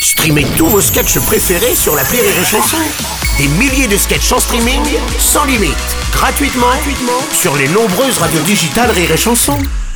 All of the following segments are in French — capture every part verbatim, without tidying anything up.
Streamez tous vos sketchs préférés sur l'appli Rire et Chanson. Des milliers de sketchs en streaming, sans limite, gratuitement, gratuitement sur les nombreuses radios digitales Rire et Chanson.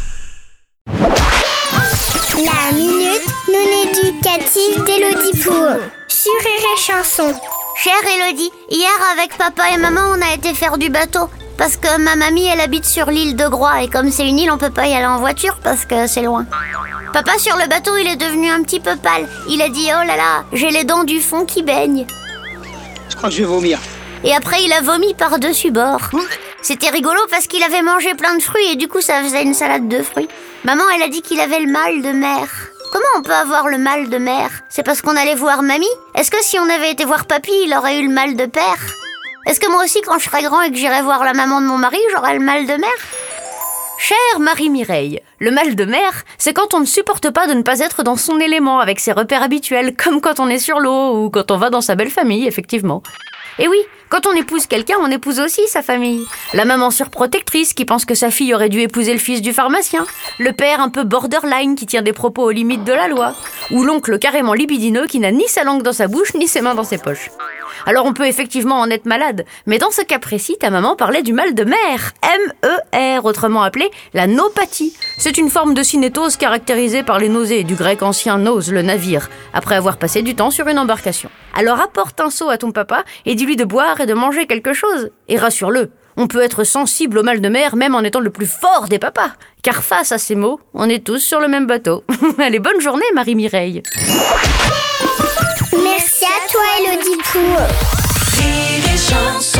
La minute non éducative d'Élodie Pou sur Rire et Chanson. Chère Élodie, hier avec papa et maman on a été faire du bateau. Parce que ma mamie elle habite sur l'île de Groix et comme c'est une île on peut pas y aller en voiture parce que c'est loin. Papa sur le bateau il est devenu un petit peu pâle. Il a dit oh là là, j'ai les dents du fond qui baignent. Je crois que je vais vomir. Et après il a vomi par-dessus bord. C'était rigolo parce qu'il avait mangé plein de fruits et du coup ça faisait une salade de fruits. Maman elle a dit qu'il avait le mal de mer. Comment on peut avoir le mal de mer? C'est parce qu'on allait voir mamie? Est-ce que si on avait été voir papy il aurait eu le mal de père? Est-ce que moi aussi, quand je serai grand et que j'irai voir la maman de mon mari, j'aurai le mal de mer? Chère Marie-Mireille, le mal de mer, c'est quand on ne supporte pas de ne pas être dans son élément avec ses repères habituels, comme quand on est sur l'eau ou quand on va dans sa belle famille, effectivement. Et oui, quand on épouse quelqu'un, on épouse aussi sa famille. La maman surprotectrice qui pense que sa fille aurait dû épouser le fils du pharmacien. Le père un peu borderline qui tient des propos aux limites de la loi. Ou l'oncle carrément libidineux qui n'a ni sa langue dans sa bouche ni ses mains dans ses poches. Alors on peut effectivement en être malade, mais dans ce cas précis, ta maman parlait du mal de mer, M E R, autrement appelé la nopathie. C'est une forme de cinétose caractérisée par les nausées, du grec ancien nose, le navire, après avoir passé du temps sur une embarcation. Alors apporte un seau à ton papa et dis-lui de boire et de manger quelque chose. Et rassure-le, on peut être sensible au mal de mer même en étant le plus fort des papas. Car face à ces mots, on est tous sur le même bateau. Allez, bonne journée Marie-Mireille. Merci à toi Élodie Pou. Rire et Chanson.